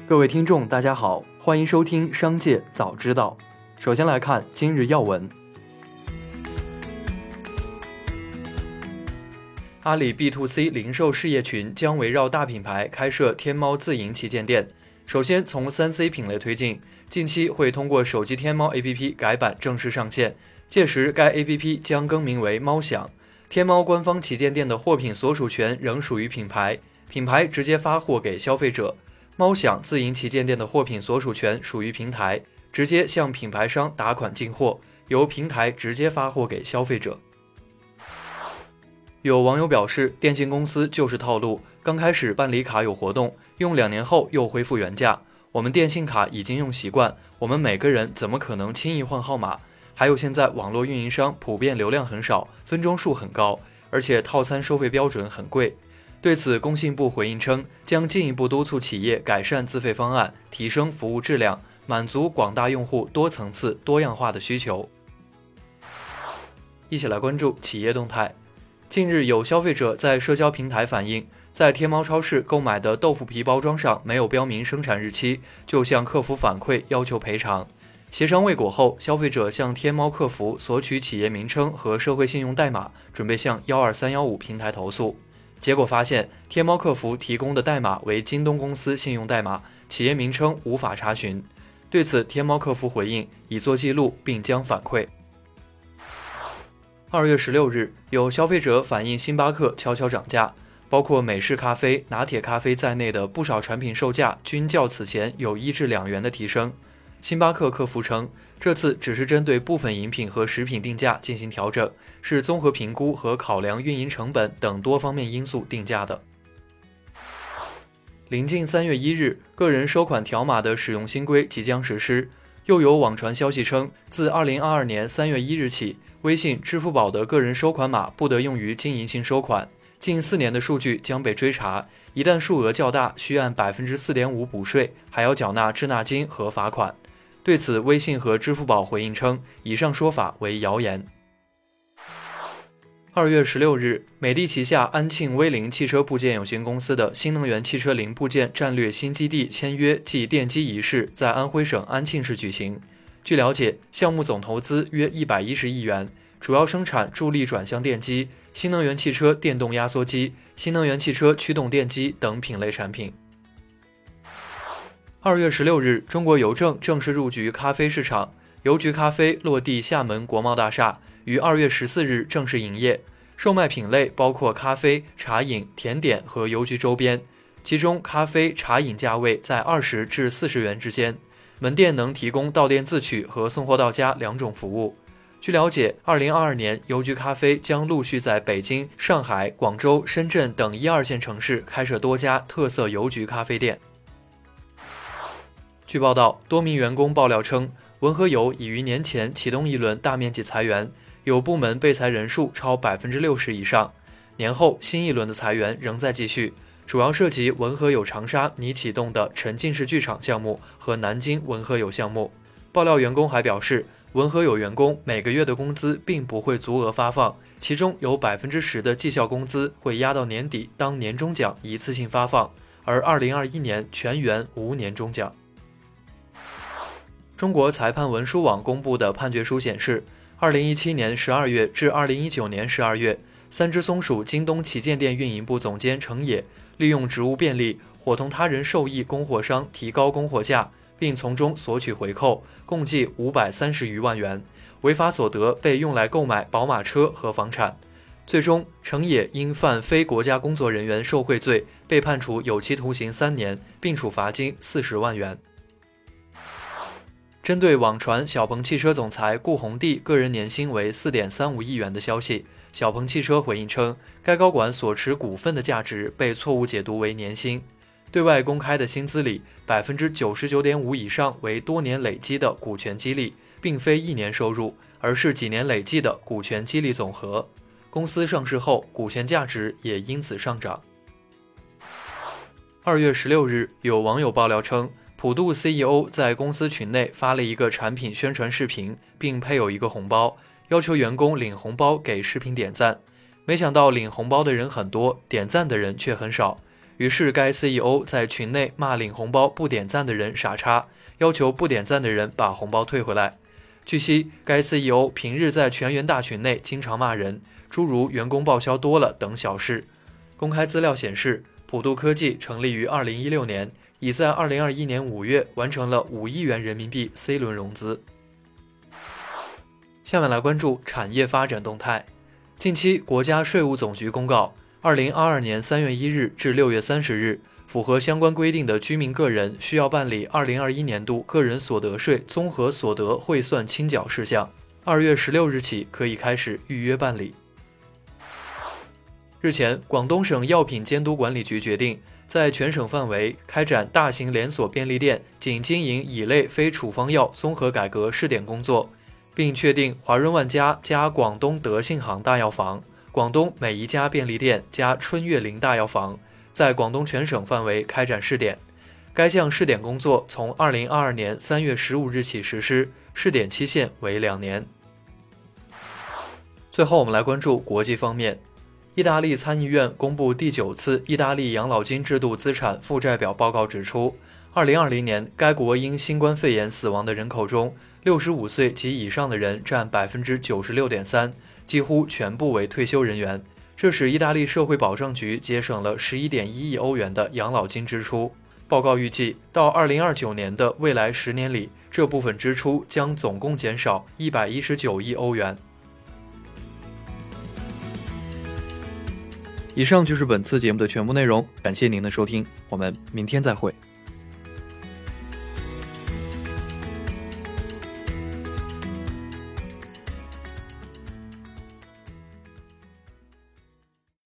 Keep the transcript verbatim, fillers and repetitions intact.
各位听众，大家好，欢迎收听《商界早知道》。首先来看今日要闻。阿里 B to C 零售事业群将围绕大品牌开设天猫自营旗舰店。首先从 三 C 品类推进，近期会通过手机天猫 A P P 改版正式上线，届时该 A P P 将更名为猫享。天猫官方旗舰店的货品所属权仍属于品牌，品牌直接发货给消费者。猫享自营旗舰店的货品所属权属于平台，直接向品牌商打款进货，由平台直接发货给消费者。有网友表示，电信公司就是套路，刚开始办理卡有活动，用两年后又恢复原价。我们电信卡已经用习惯，我们每个人怎么可能轻易换号码？还有现在网络运营商普遍流量很少，分钟数很高，而且套餐收费标准很贵。对此，工信部回应称，将进一步督促企业改善自费方案，提升服务质量，满足广大用户多层次、多样化的需求。一起来关注企业动态。近日，有消费者在社交平台反映，在天猫超市购买的豆腐皮包装上没有标明生产日期，就向客服反馈要求赔偿。协商未果后，消费者向天猫客服索取企业名称和社会信用代码，准备向一二三一五平台投诉。结果发现，天猫客服提供的代码为京东公司信用代码，企业名称无法查询。对此，天猫客服回应已做记录，并将反馈。二月十六日，有消费者反映星巴克悄悄涨价，包括美式咖啡、拿铁咖啡在内的不少产品售价均较此前有一至两元的提升。星巴克客服称，这次只是针对部分饮品和食品定价进行调整，是综合评估和考量运营成本等多方面因素定价的。临近三月一日，个人收款条码的使用新规即将实施。又有网传消息称，自二零二二年三月一日起，微信、支付宝的个人收款码不得用于经营性收款，近四年的数据将被追查，一旦数额较大，需按 百分之四点五 补税，还要缴纳滞纳金和罚款。对此，微信和支付宝回应称，以上说法为谣言。二月十六日，美的旗下安庆威凌汽车部件有限公司的新能源汽车零部件战略新基地签约暨奠基仪式在安徽省安庆市举行。据了解，项目总投资约一百一十亿元，主要生产助力转向电机、新能源汽车电动压缩机、新能源汽车驱动电机等品类产品。二月十六日，中国邮政正式入局咖啡市场，邮局咖啡落地厦门国贸大厦，于二月十四日正式营业。售卖品类包括咖啡、茶饮、甜点和邮局周边，其中咖啡、茶饮价位在二十至四十元之间。门店能提供到店自取和送货到家两种服务。据了解，二零二二年邮局咖啡将陆续在北京、上海、广州、深圳等一二线城市开设多家特色邮局咖啡店。据报道，多名员工爆料称，文和友已于年前启动一轮大面积裁员，有部门被裁人数超 百分之六十 以上。年后新一轮的裁员仍在继续，主要涉及文和友长沙拟启动的沉浸式剧场项目和南京文和友项目。爆料员工还表示，文和友员工每个月的工资并不会足额发放，其中有 百分之十 的绩效工资会压到年底当年终奖一次性发放，而二零二一年全员无年终奖。中国裁判文书网公布的判决书显示，二零一七年十二月至二零一九年十二月，三只松鼠京东旗舰店运营部总监程野利用职务便利，伙同他人授意供货商提高供货价，并从中索取回扣，共计五百三十余万元，违法所得被用来购买宝马车和房产。最终，程野因犯非国家工作人员受贿罪，被判处有期徒刑三年，并处罚金四十万元。针对网传小鹏汽车总裁顾宏棣个人年薪为 四点三五亿元的消息，小鹏汽车回应称，该高管所持股份的价值被错误解读为年薪。对外公开的薪资里 百分之九十九点五 以上为多年累积的股权激励，并非一年收入，而是几年累计的股权激励总和。公司上市后，股权价值也因此上涨。二月十六日，有网友爆料称，普度 C E O 在公司群内发了一个产品宣传视频，并配有一个红包，要求员工领红包给视频点赞。没想到领红包的人很多，点赞的人却很少。 于是该 C E O 在群内骂领红包不点赞的人傻叉，要求不点赞的人把红包退回来。据悉，该 C E O 平日在全员大群内经常骂人，诸如员工报销多了等小事。公开资料显示，普度科技成立于二零一六年，已在二零二一年五月完成了五亿元人民币 C 轮融资。下面来关注产业发展动态。近期，国家税务总局公告，二零二二年三月一日至六月三十日，符合相关规定的居民个人需要办理二零二一年度个人所得税综合所得汇算清缴事项，二月十六日起可以开始预约办理。日前，广东省药品监督管理局决定，在全省范围开展大型连锁便利店仅经营乙类非处方药综合改革试点工作，并确定华润万家加广东德信行大药房、广东每一家便利店加春月林大药房在广东全省范围开展试点。该项试点工作从二零二二年三月十五日起实施，试点期限为两年。最后，我们来关注国际方面。意大利参议院公布第九次意大利养老金制度资产负债表报告指出，二零二零年该国因新冠肺炎死亡的人口中，六十五岁及以上的人占 百分之九十六点三， 几乎全部为退休人员。这使意大利社会保障局节省了 十一点一亿欧元的养老金支出。报告预计，到二零二九年的未来十年里，这部分支出将总共减少一百一十九亿欧元。以上就是本次节目的全部内容，感谢您的收听，我们明天再会。